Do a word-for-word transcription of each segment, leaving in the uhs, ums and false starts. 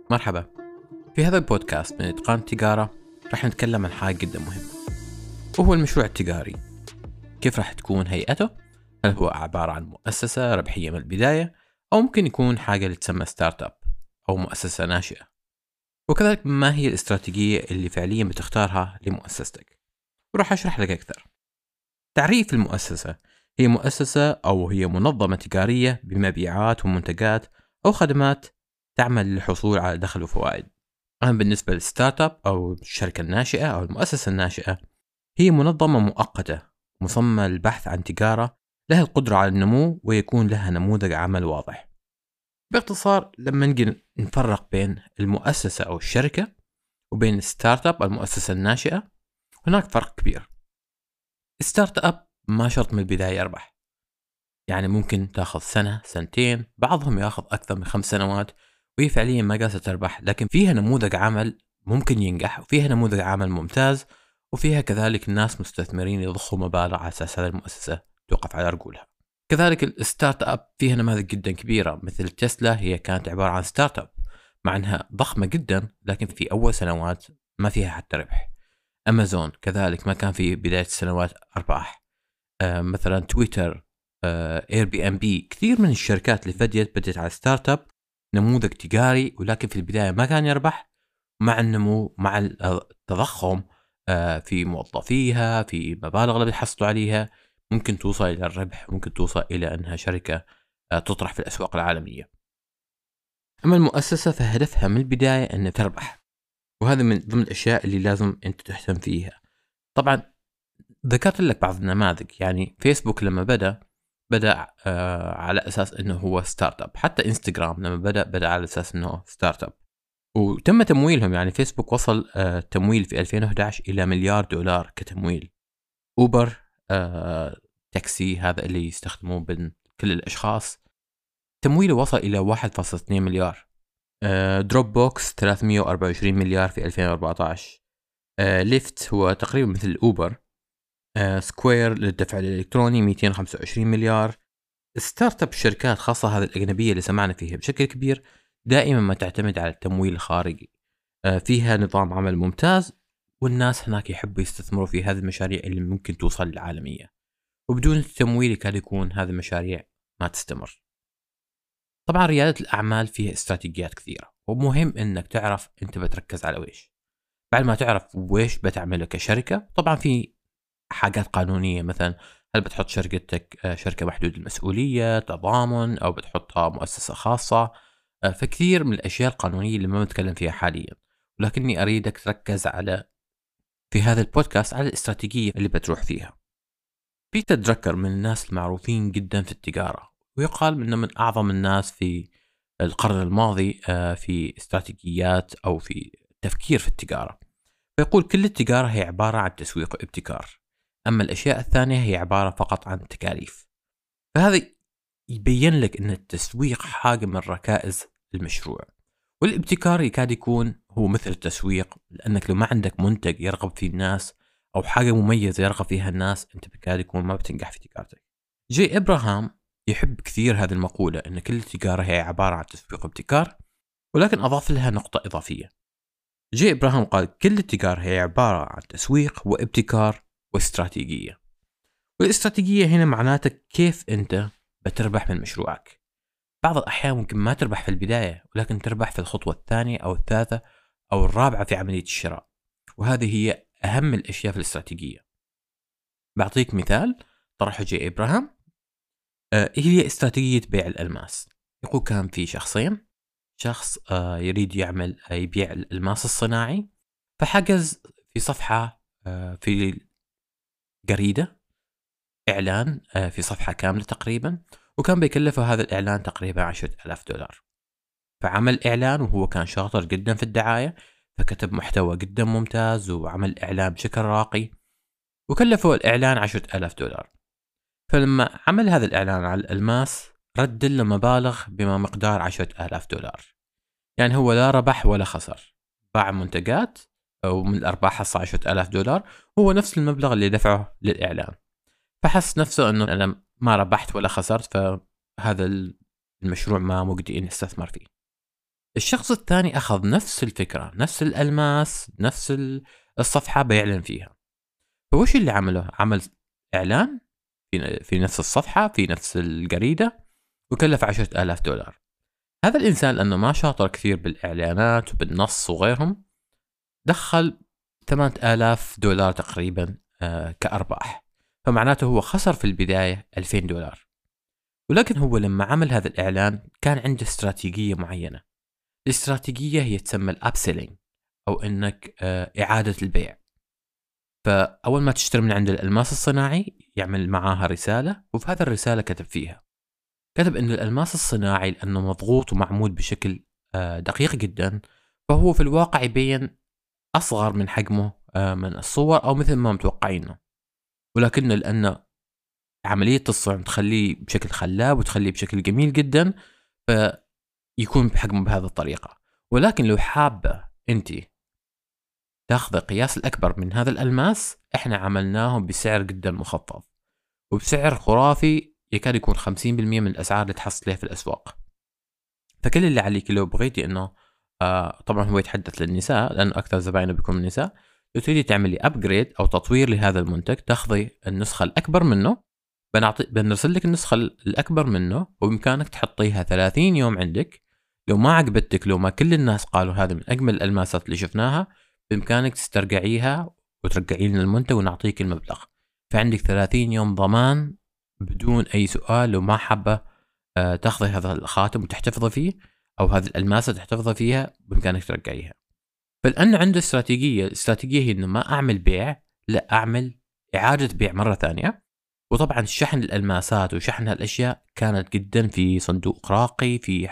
مرحبا. في هذا البودكاست من إتقان التجارة رح نتكلم عن حاجة جدا مهمة، وهو المشروع التجاري. كيف رح تكون هيئته؟ هل هو عبارة عن مؤسسة ربحية من البداية، أو ممكن يكون حاجة اللي تسمى ستارت اب أو مؤسسة ناشئة؟ وكذلك ما هي الاستراتيجية اللي فعليا بتختارها لمؤسستك؟ ورح أشرح لك أكثر. تعريف المؤسسة: هي مؤسسة أو هي منظمة تجارية بمبيعات ومنتجات أو خدمات تعمل للحصول على دخل وفوائد. أما بالنسبة للستارت اب أو الشركة الناشئة أو المؤسسة الناشئة، هي منظمة مؤقتة مصممة للبحث عن تجارة لها القدرة على النمو ويكون لها نموذج عمل واضح. باختصار، لما نجي نفرق بين المؤسسة أو الشركة وبين الستارت اب المؤسسة الناشئة، هناك فرق كبير. الستارت اب ما شرط من البداية يربح، يعني ممكن تاخذ سنة سنتين، بعضهم ياخذ أكثر من خمس سنوات وهي فعليا ما قاسة تربح، لكن فيها نموذج عمل ممكن ينجح، وفيها نموذج عمل ممتاز، وفيها كذلك الناس مستثمرين يضخوا مبالغ على أساس هذه المؤسسة توقف على رجولها. كذلك الستارت اب فيها نماذج جدا كبيرة، مثل تسلا، هي كانت عبارة عن ستارت اب مع أنها ضخمة جدا، لكن في أول سنوات ما فيها حتى ربح. أمازون كذلك ما كان في بداية السنوات أرباح. آه مثلا تويتر، اير بي ام بي، كثير من الشركات اللي بديت بدت على ستارت اب نموذج تجاري، ولكن في البدايه ما كان يربح. مع النمو، مع التضخم في موظفيها، في مبالغ اللي بيحصلوا عليها، ممكن توصل الى الربح، ممكن توصل الى انها شركه تطرح في الاسواق العالميه. اما المؤسسه فهدفها من البدايه ان تربح، وهذا من ضمن الاشياء اللي لازم انت تهتم فيها. طبعا ذكرت لك بعض النماذج، يعني فيسبوك لما بدا بدأ آه على أساس أنه هو ستارت اب، حتى إنستغرام لما بدأ بدأ على أساس أنه ستارت اب، وتم تمويلهم. يعني فيسبوك وصل آه تمويل في ألفين وأحد عشر إلى مليار دولار كتمويل. أوبر، آه تاكسي هذا اللي يستخدموه بين كل الأشخاص، تمويله وصل إلى واحد فاصلة اثنين مليار. آه دروب بوكس ثلاثمئة وأربعة وعشرين مليار في ألفين وأربعة عشر. آه ليفت هو تقريبا مثل أوبر. آه سكوير للدفع الإلكتروني مئتين وخمسة وعشرين مليار. ستارت اب الشركات خاصة هذه الأجنبية اللي سمعنا فيها بشكل كبير دائما ما تعتمد على التمويل الخارجي. آه فيها نظام عمل ممتاز، والناس هناك يحبوا يستثمروا في هذه المشاريع اللي ممكن توصل للعالمية، وبدون التمويل كان يكون هذه المشاريع ما تستمر. طبعا ريادة الأعمال فيها استراتيجيات كثيرة، ومهم أنك تعرف أنت بتركز على ويش. بعد ما تعرف ويش بتعمله كشركة، طبعا في حاجات قانونية، مثلا هل بتحط شركتك شركة محدودة المسؤولية، تضامن، أو بتحطها مؤسسة خاصة. فكثير من الأشياء القانونية اللي ما بنتكلم فيها حاليا، ولكني أريدك تركز على في هذا البودكاست على الاستراتيجية اللي بتروح فيها. بيتر دراكر من الناس المعروفين جدا في التجارة، ويقال منه من أعظم الناس في القرن الماضي في استراتيجيات أو في التفكير في التجارة. فيقول كل التجارة هي عبارة عن تسويق وابتكار، أما الأشياء الثانية هي عبارة فقط عن تكاليف. فهذا يبين لك أن التسويق حاجة من ركائز المشروع، والابتكار يكاد يكون هو مثل التسويق، لأنك لو ما عندك منتج يرغب فيه الناس أو حاجة مميزة يرغب فيها الناس، أنت بكاد يكون ما بتنجح في تجارتك. جي إبراهام يحب كثير هذه المقولة، أن كل التجارة هي عبارة عن تسويق وابتكار، ولكن أضاف لها نقطة إضافية. جي إبراهام قال كل التجارة هي عبارة عن تسويق وابتكار واستراتيجية. والاستراتيجية هنا معناتك كيف أنت بتربح من مشروعك. بعض الأحيان ممكن ما تربح في البداية، ولكن تربح في الخطوة الثانية أو الثالثة أو الرابعة في عملية الشراء، وهذه هي أهم الأشياء في الاستراتيجية. بعطيك مثال طرحه جي إبراهام. آه هي استراتيجية بيع الألماس. يقول كان في شخصين، شخص آه يريد يعمل آه يبيع الألماس الصناعي، فحجز في صفحة آه في جريدة إعلان آه في صفحة كاملة تقريبا، وكان بيكلفه هذا الإعلان تقريبا عشرة آلاف دولار. فعمل إعلان، وهو كان شاطر جدا في الدعاية، فكتب محتوى جدا ممتاز وعمل إعلان بشكل راقي، وكلفه الإعلان عشرة آلاف دولار. فلما عمل هذا الإعلان على الألماس رد له مبالغ بما مقدار عشرة آلاف دولار، يعني هو لا ربح ولا خسر، باع منتجات أو من الأرباح حصل عشرة آلاف دولار، هو نفس المبلغ اللي دفعه للإعلان. فحس نفسه أنه أنا ما ربحت ولا خسرت، فهذا المشروع ما مجدي إني استثمر فيه. الشخص الثاني أخذ نفس الفكرة، نفس الألماس، نفس ال- الصفحة بيعلن فيها. فوش اللي عمله؟ عمل إعلان في في نفس الصفحة في نفس الجريدة وكلف عشرة آلاف دولار. هذا الإنسان لأنه ما شاطر كثير بالإعلانات وبالنص وغيرهم، دخل ثمانية آلاف دولار تقريبا آه كأرباح. فمعناته هو خسر في البداية ألفين دولار. ولكن هو لما عمل هذا الإعلان كان عنده استراتيجية معينة. الاستراتيجية هي تسمى الأبسيلينج، أو إنك آه إعادة البيع. فأول ما تشتري من عند الألماس الصناعي يعمل معاها رسالة، وفي هذا الرسالة كتب فيها كتب إن الألماس الصناعي لأنه مضغوط ومعمول بشكل آه دقيق جدا، فهو في الواقع يبين أصغر من حجمه آه من الصور، أو مثل ما متوقعينه. ولكن لأن عملية الصنع تخليه بشكل خلاب وتخليه بشكل جميل جدا، فيكون بحجمه بهذه الطريقة. ولكن لو حابة أنت تاخذ قياس الأكبر من هذا الألماس، إحنا عملناه بسعر جدا مخفض وبسعر خرافي، يكاد يكون خمسين بالمئة من الأسعار اللي تحصليها في الأسواق. فكل اللي عليك لو بغيتي إنه آه طبعا هو يتحدث للنساء لأنه أكثر زباينه بيكون النساء، لو تريدي تعملي أبجريد أو تطوير لهذا المنتج، تاخذي النسخة الأكبر منه، بنعطي بنرسل لك النسخة الأكبر منه، وبإمكانك تحطيها ثلاثين يوم عندك. لو ما عجبتك، لو ما كل الناس قالوا هذا من أجمل الألماسات اللي شفناها، بإمكانك تسترجعيها وترجعي لنا المنتج ونعطيك المبلغ. فعندك ثلاثين يوم ضمان بدون أي سؤال. لو ما حابة آه تاخذي هذا الخاتم وتحتفظي فيه، أو هذه الألماسة تحتفظي فيها، بإمكانك ترجعيها. فلأنه عنده استراتيجية، الاستراتيجية هي إنه ما أعمل بيع، لا أعمل إعادة بيع مرة ثانية. وطبعا شحن الألماسات وشحن هالأشياء كانت جدا في صندوق راقي، في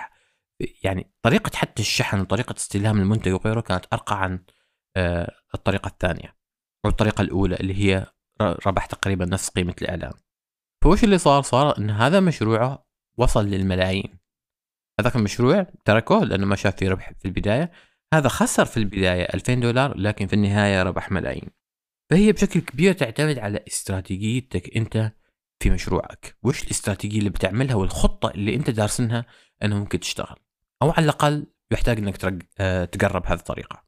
يعني طريقة حتى الشحن وطريقة استلام المنتج وغيره كانت أرقى عن آه الطريقة الثانية أو الطريقة الأولى اللي هي ربح تقريبا نفس قيمة الإعلان. فوش اللي صار؟ صار إن هذا مشروعه وصل للملايين. هذاك المشروع تركه لأنه ما شاف فيه ربح في البداية. هذا خسر في البداية ألفين دولار، لكن في النهاية ربح ملايين. فهي بشكل كبير تعتمد على استراتيجيتك أنت في مشروعك. وش الاستراتيجية اللي بتعملها والخطة اللي أنت دارسنها أنه ممكن تشتغل، أو على الأقل يحتاج أنك ترج... أه تقرب هذه الطريقة.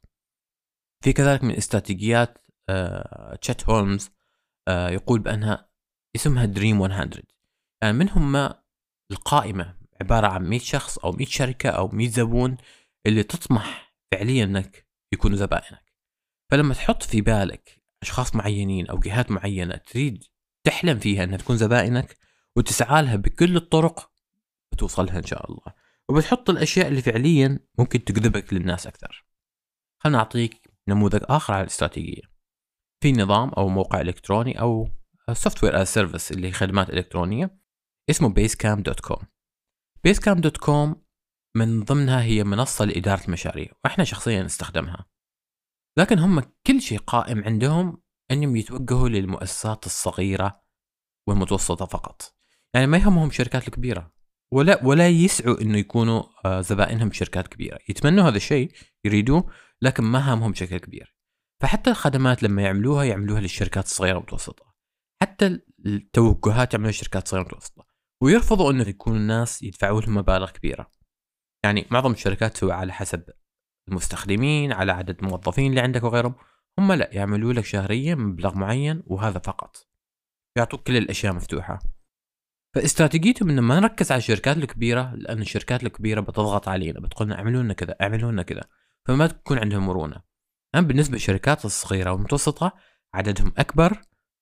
في كذلك من استراتيجيات أه تشات هولمز أه يقول بأنها اسمها دريم مئة. يعني منهم ما القائمة عبارة عن مئة شخص أو مئة شركة أو مئة زبون اللي تطمح فعليا أنك يكونوا زبائنك. فلما تحط في بالك أشخاص معينين أو جهات معينة تريد تحلم فيها أنها تكون زبائنك، وتسعى لها بكل الطرق، بتوصلها إن شاء الله. وبتحط الأشياء اللي فعليا ممكن تجذبك للناس أكثر. خلنا أعطيك نموذج آخر على الاستراتيجية. في نظام أو موقع إلكتروني أو سوفتوير از سيرفيس اللي هي خدمات إلكترونية اسمه بيسكام دوت كوم. بيسكام دوت كوم من ضمنها هي منصة لإدارة المشاريع، وإحنا شخصيا نستخدمها. لكن هم كل شيء قائم عندهم أنهم يتوجهوا للمؤسسات الصغيرة والمتوسطة فقط. يعني ما يهمهم الشركات الكبيرة، ولا ولا يسعوا أنه يكونوا زبائنهم شركات كبيرة. يتمنوا هذا الشيء، يريدوه، لكن ما همهم بشكل كبير. فحتى الخدمات لما يعملوها يعملوها للشركات الصغيرة والمتوسطة، حتى التوجهات يعملوها للشركات الصغيرة والمتوسطة، ويرفضوا أنه يكون الناس يدفعوا لهم مبالغ كبيرة. يعني معظم الشركات تسوي على حسب المستخدمين، على عدد الموظفين اللي عندك وغيرهم. هم لا، يعملوا لك شهريا مبلغ معين وهذا فقط، يعطوك كل الأشياء مفتوحة. فاستراتيجيتهم إنه ما نركز على الشركات الكبيرة، لأن الشركات الكبيرة بتضغط علينا، بتقولنا اعملوا لنا كذا اعملوا لنا كذا، فما تكون عندهم مرونة. أما بالنسبة للشركات الصغيرة والمتوسطة عددهم أكبر،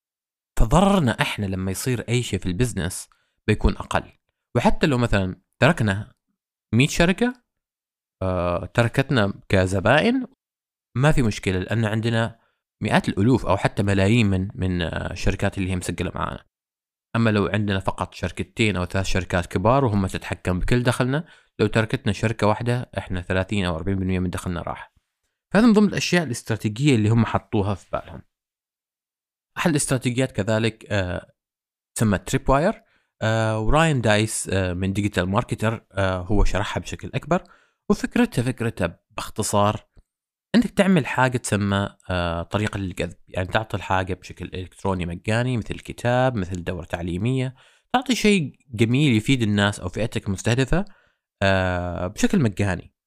فضررنا إحنا لما يصير أي شيء في البزنس بيكون أقل. وحتى لو مثلا تركنا مئة شركة آه، تركتنا كزبائن، ما في مشكلة، لأن عندنا مئات الألوف أو حتى ملايين من من الشركات اللي هي مسجلة معانا. أما لو عندنا فقط شركتين أو ثلاث شركات كبار وهم تتحكم بكل دخلنا، لو تركتنا شركة واحدة إحنا ثلاثين أو أربعين بالمئة من دخلنا راح. فهذا من ضمن الأشياء الاستراتيجية اللي هم حطوها في بالهم. أحد الاستراتيجيات كذلك آه تسمى تريب واير، آه وراين دايس آه من ديجيتال ماركتر آه هو شرحها بشكل أكبر. وفكرتها فكرتها باختصار انك تعمل حاجه تسمى آه طريقه للجذب. يعني تعطي الحاجه بشكل الكتروني مجاني، مثل كتاب، مثل دوره تعليميه، تعطي شيء جميل يفيد الناس او فئتك المستهدفه آه بشكل مجاني.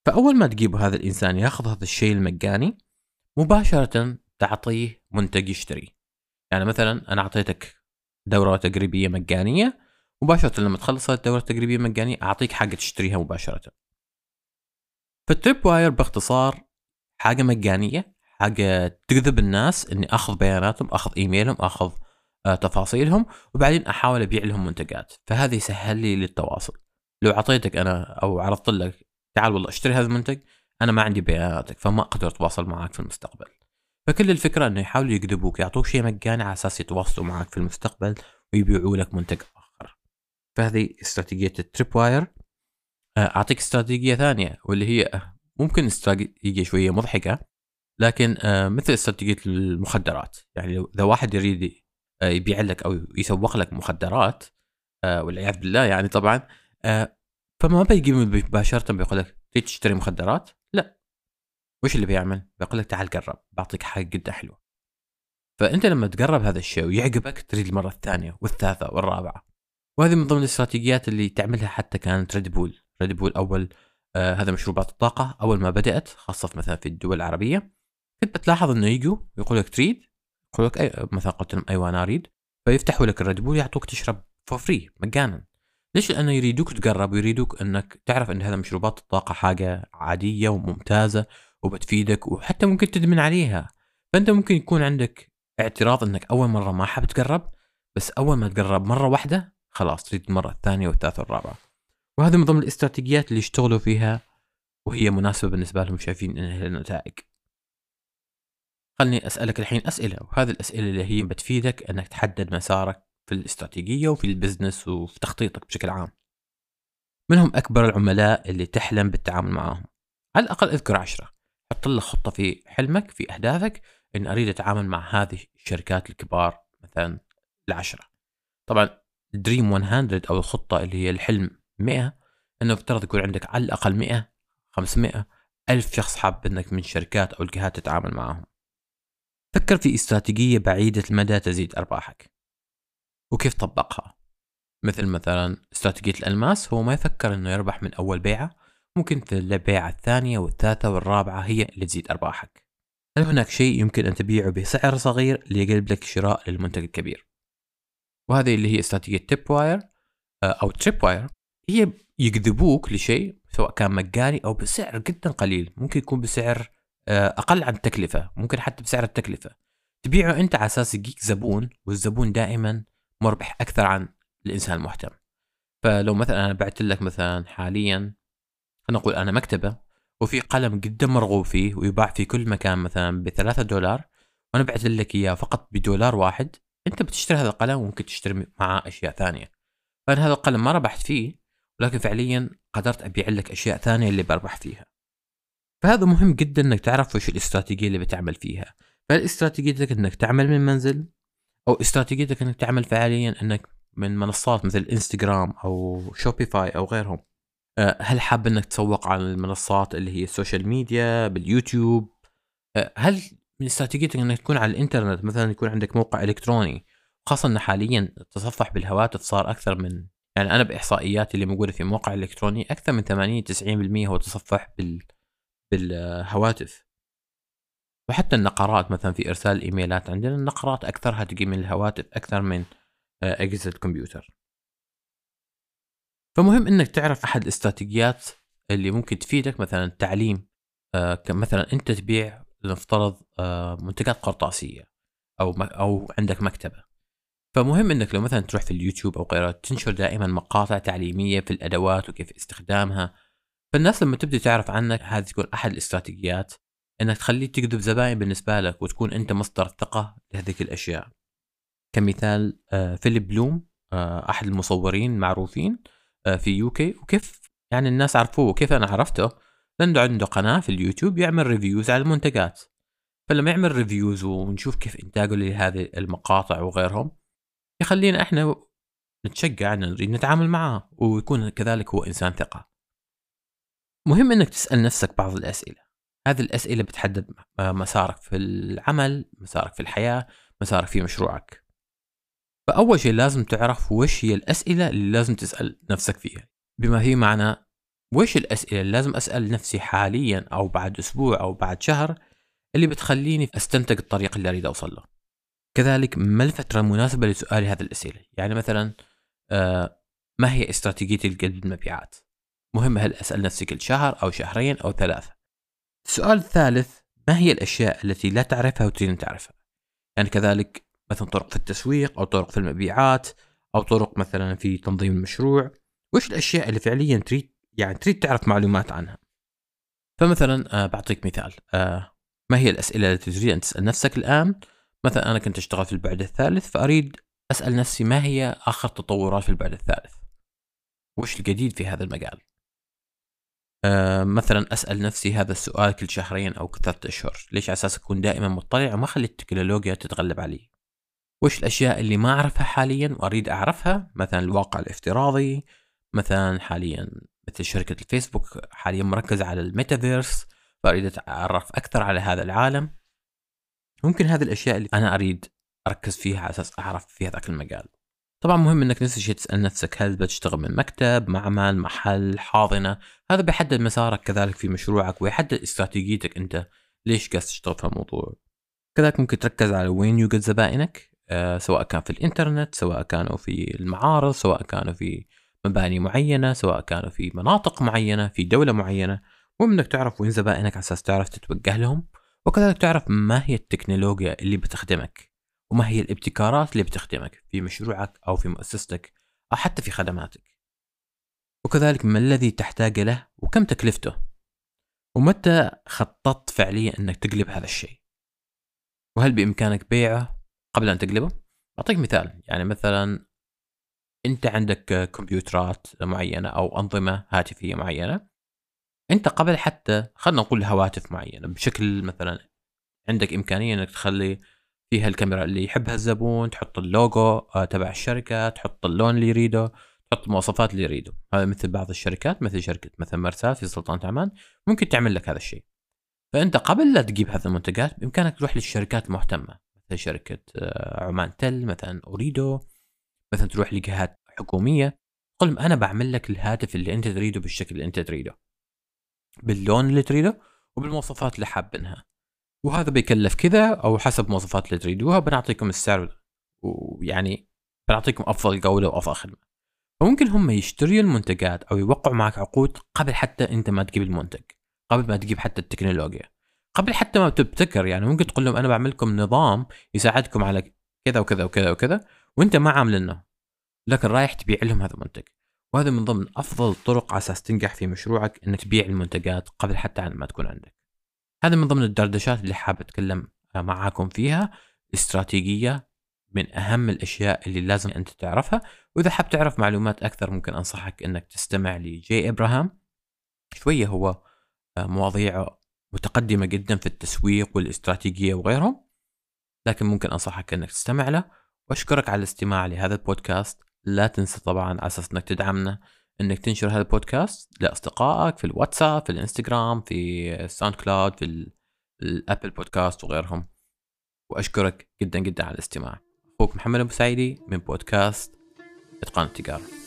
فأول ما تجيب هذا الإنسان ياخذ هذا الشيء المجاني، مباشرة تعطيه منتج يشتريه. يعني مثلا أنا أعطيتك دورة تجريبية مجانية، مباشرة لما تخلص هذه الدورة التجريبية المجانية أعطيك حاجة تشتريها مباشرة. فالتريب واير باختصار حاجة مجانية، حاجة تجذب الناس إني أخذ بياناتهم، أخذ إيميلهم، أخذ آه تفاصيلهم، وبعدين أحاول أبيع لهم منتجات. فهذا يسهل لي للتواصل. لو عطيتك أنا أو عرضت لك تعال والله اشتري هذا المنتج، أنا ما عندي بياناتك فما أقدر أتواصل معك في المستقبل. فكل الفكرة إنه يحاولوا يجذبوك، يعطوك شيء مجاني على أساس يتواصلوا معك في المستقبل ويبيعوا لك منتج آخر. فهذه استراتيجية التريب واير. أعطيك استراتيجية ثانية واللي هي ممكن استراتيجية شوية مضحكة، لكن مثل استراتيجية المخدرات. يعني إذا واحد يريد يبيع لك أو يسوق لك مخدرات والعياذ بالله يعني طبعا، فما بيجي مباشرة بيقول لك تريد تشتري مخدرات، لا. وش اللي بيعمل؟ بيقول لك تعال قرب، بعطيك حاجة جدا حلوة. فأنت لما تقرب هذا الشيء ويعجبك تريد المرة الثانية والثالثة والرابعة. وهذه من ضمن الاستراتيجيات اللي تعملها حتى كانت ريد بول. ريد بول أول آه هذا مشروبات الطاقة أول ما بدأت، خاصة مثلا في الدول العربية، كنت بتلاحظ إنه يجوا يقول لك تريد، يقول لك أي مثلا قلت لهم أيوة أنا أريد، فيفتحوا لك الريد بول يعطوك تشرب فور فري مجانا. ليش؟ لأنه يريدوك تقرب ويريدوك إنك تعرف إن هذا مشروبات الطاقة حاجة عادية وممتازة وبتفيدك وحتى ممكن تدمن عليها. فأنت ممكن يكون عندك اعتراض إنك أول مرة ما حاب تقرب، بس أول ما تقرب مرة واحدة خلاص تريد المرة الثانية والثالثة والرابعة. وهذا من ضمن الاستراتيجيات اللي يشتغلوا فيها وهي مناسبة بالنسبة لهم، شايفين إنها النتائج. خلني أسألك الحين أسئلة، وهذه الأسئلة اللي هي بتفيدك أنك تحدد مسارك في الاستراتيجية وفي البزنس وفي تخطيطك بشكل عام. من هم أكبر العملاء اللي تحلم بالتعامل معهم؟ على الأقل اذكر عشرة. حط لك خطة في حلمك في أهدافك إن أريد أتعامل مع هذه الشركات الكبار مثلا العشرة. طبعا دريم مية أو الخطة اللي هي الحلم مئة، إنه افترض يكون عندك على الأقل مئة، خمسمئة، ألف شخص حاب إنك من شركات أو الجهات تتعامل معهم. فكر في استراتيجية بعيدة المدى تزيد أرباحك وكيف طبقها. مثل مثلا استراتيجية الألماس، هو ما يفكر إنه يربح من أول بيعة، ممكن في البيعة الثانية والثالثة والرابعة هي اللي تزيد أرباحك. هل هناك شيء يمكن أن تبيعه بسعر صغير ليقلب لك شراء للمنتج الكبير؟ وهذه اللي هي استراتيجية تيب واير أو تريب واير. هي يجذبوك لشيء سواء كان مجاني أو بسعر جدا قليل، ممكن يكون بسعر أقل عن التكلفة، ممكن حتى بسعر التكلفة تبيعه أنت على أساس يجيك زبون، والزبون دائما مربح أكثر عن الإنسان المهتم. فلو مثلا أنا بعت لك مثلا حاليا، خلينا نقول أنا مكتبة وفي قلم جدا مرغوب فيه ويباع في كل مكان مثلا بثلاثة دولار، وأنا بعت لك إياه فقط بدولار واحد، أنت بتشتري هذا القلم وممكن تشتري معاه أشياء ثانية. فأنا هذا القلم ما ربحت فيه، ولكن فعليا قدرت أبيع لك أشياء ثانية اللي بربح فيها. فهذا مهم جدا انك تعرف وش الاستراتيجية اللي بتعمل فيها. فهل استراتيجيتك انك تعمل من منزل، او استراتيجيتك انك تعمل فعليا انك من منصات مثل انستغرام او شوبيفاي او غيرهم؟ هل حاب انك تسوق على المنصات اللي هي السوشيال ميديا باليوتيوب؟ هل من استراتيجيتك انك تكون على الانترنت، مثلا يكون عندك موقع الكتروني، خاصة ان حاليا التصفح بالهواتف صار اكثر من، يعني انا باحصائياتي اللي موجودة في موقع الالكتروني اكثر من ثمانين تسعين بالمئة هو تصفح بال بالهواتف. وحتى النقرات مثلا في ارسال الايميلات، عندنا النقرات اكثرها تجي من الهواتف اكثر من اجهزه الكمبيوتر. فمهم انك تعرف احد الاستراتيجيات اللي ممكن تفيدك، مثلا التعليم. مثلا انت تبيع لنفترض منتجات قرطاسيه او او عندك مكتبه، فمهم انك لو مثلا تروح في اليوتيوب او غيره تنشر دائما مقاطع تعليميه في الادوات وكيف استخدامها. فالناس لما تبدأ تعرف عنك، هذه تكون أحد الاستراتيجيات إنك تخليه تجذب زبائن بالنسبة لك وتكون أنت مصدر ثقة لهذه الأشياء. كمثال فيليب بلوم أحد المصورين المعروفين في يوكي، وكيف يعني الناس عرفوه وكيف أنا عرفته، لأنه عنده قناة في اليوتيوب يعمل ريفيوز على المنتجات. فلما يعمل ريفيوز ونشوف كيف إنتاجه لهذه المقاطع وغيرهم، يخلينا إحنا نتشجع أن نريد نتعامل معه ويكون كذلك هو إنسان ثقة. مهم انك تسأل نفسك بعض الأسئلة. هذه الأسئلة بتحدد مسارك في العمل، مسارك في الحياة، مسارك في مشروعك. فأول شيء لازم تعرف وش هي الأسئلة اللي لازم تسأل نفسك فيها، بما هي معنى وإيش الأسئلة اللي لازم أسأل نفسي حاليا أو بعد أسبوع أو بعد شهر اللي بتخليني أستنتج الطريق اللي أريد أوصل له. كذلك ما الفترة المناسبة لسؤال هذه الأسئلة؟ يعني مثلا آه ما هي استراتيجيتي لجلب المبيعات؟ مهم هل أسأل نفسي كل شهر أو شهرين أو ثلاثة. السؤال الثالث، ما هي الأشياء التي لا تعرفها وتريد أن تعرفها؟ يعني كذلك مثلا طرق في التسويق أو طرق في المبيعات أو طرق مثلا في تنظيم المشروع. وإيش الأشياء اللي فعليا تريد يعني تريد تعرف معلومات عنها؟ فمثلا آه بعطيك مثال، آه ما هي الأسئلة التي تريد أن تسأل نفسك الآن؟ مثلا أنا كنت أشتغل في البعد الثالث، فأريد أسأل نفسي ما هي آخر تطورات في البعد الثالث؟ وإيش الجديد في هذا المجال؟ آه مثلا أسأل نفسي هذا السؤال كل شهرين أو كل ثلاثة أشهر. ليش؟ على أساس أكون دائما مطلع وما أخلي التكنولوجيا تتغلب علي. وإيش الأشياء اللي ما أعرفها حاليا وأريد أعرفها؟ مثلا الواقع الافتراضي، مثلا حاليا مثل شركة الفيسبوك حاليا مركزة على الميتافيرس، فأريد أتعرف أكثر على هذا العالم. ممكن هذه الأشياء اللي أنا أريد أركز فيها على أساس أعرف في هذاك المجال. طبعا مهم أنك نفس الشيء تسأل نفسك، هل بتشتغل من مكتب، معمل، محل، حاضنة؟ هذا بيحدد مسارك كذلك في مشروعك ويحدد استراتيجيتك أنت ليش قاعد تشتغل في الموضوع. كذلك ممكن تركز على وين يوجد زبائنك، أه سواء كان في الإنترنت، سواء كانوا في المعارض، سواء كانوا في مباني معينة، سواء كانوا في مناطق معينة في دولة معينة. مهم أنك تعرف وين زبائنك على أساس تعرف تتوجه لهم، وكذلك تعرف ما هي التكنولوجيا اللي بتخدمك وما هي الابتكارات اللي بتخدمك في مشروعك أو في مؤسستك أو حتى في خدماتك. وكذلك ما الذي تحتاج له وكم تكلفته، ومتى خططت فعليا أنك تقلب هذا الشيء، وهل بإمكانك بيعه قبل أن تقلبه. أعطيك مثال، يعني مثلا أنت عندك كمبيوترات معينة أو أنظمة هاتفية معينة، أنت قبل حتى خلنا نقول هواتف معينة بشكل مثلا عندك إمكانية أنك تخلي فيها الكاميرا اللي يحبها الزبون، تحط اللوجو تبع الشركة، تحط اللون اللي يريده، تحط المواصفات اللي يريده. هذا مثل بعض الشركات مثل شركة مثلا مرسال في سلطنة عمان ممكن تعمل لك هذا الشيء. فأنت قبل لا تجيب هذه المنتجات بإمكانك تروح للشركات المهتمة مثل شركة عمان تل، مثلا أوريدو، مثلا تروح لجهات حكومية تقول لهم أنا بعمل لك الهاتف اللي أنت تريده بالشكل اللي أنت تريده، باللون اللي تريده، وبالمواصفات اللي حابينها، وهذا بيكلف كذا أو حسب مواصفات اللي تريدوها بنعطيكم السعر، ويعني بنعطيكم أفضل جودة وأفضل خدمة. فممكن هم يشتروا المنتجات أو يوقعوا معك عقود قبل حتى أنت ما تجيب المنتج، قبل ما تجيب حتى التكنولوجيا، قبل حتى ما تبتكر. يعني ممكن تقول لهم أنا بعمل لكم نظام يساعدكم على كذا وكذا وكذا وكذا وأنت ما عاملنه، لكن رايح تبيع لهم هذا المنتج. وهذا من ضمن أفضل الطرق على أساس تنجح في مشروعك، إنك تبيع المنتجات قبل حتى عن ما تكون عندك. هذا من ضمن الدردشات اللي حاب أتكلم معاكم فيها. استراتيجية من أهم الأشياء اللي لازم أنت تعرفها. وإذا حاب تعرف معلومات أكثر ممكن أنصحك أنك تستمع لجي إبراهام. شوية هو مواضيع متقدمة جدا في التسويق والاستراتيجية وغيرهم، لكن ممكن أنصحك أنك تستمع له. وأشكرك على الاستماع لهذا البودكاست. لا تنسى طبعا على أساس أنك تدعمنا أنك تنشر هذا البودكاست لأصدقائك في الواتساب، في الإنستغرام، في الساوند كلاود، في الأبل بودكاست وغيرهم. وأشكرك جدا جدا على الاستماع. أخوك محمد أبو سعيدي من بودكاست إتقان التجارة.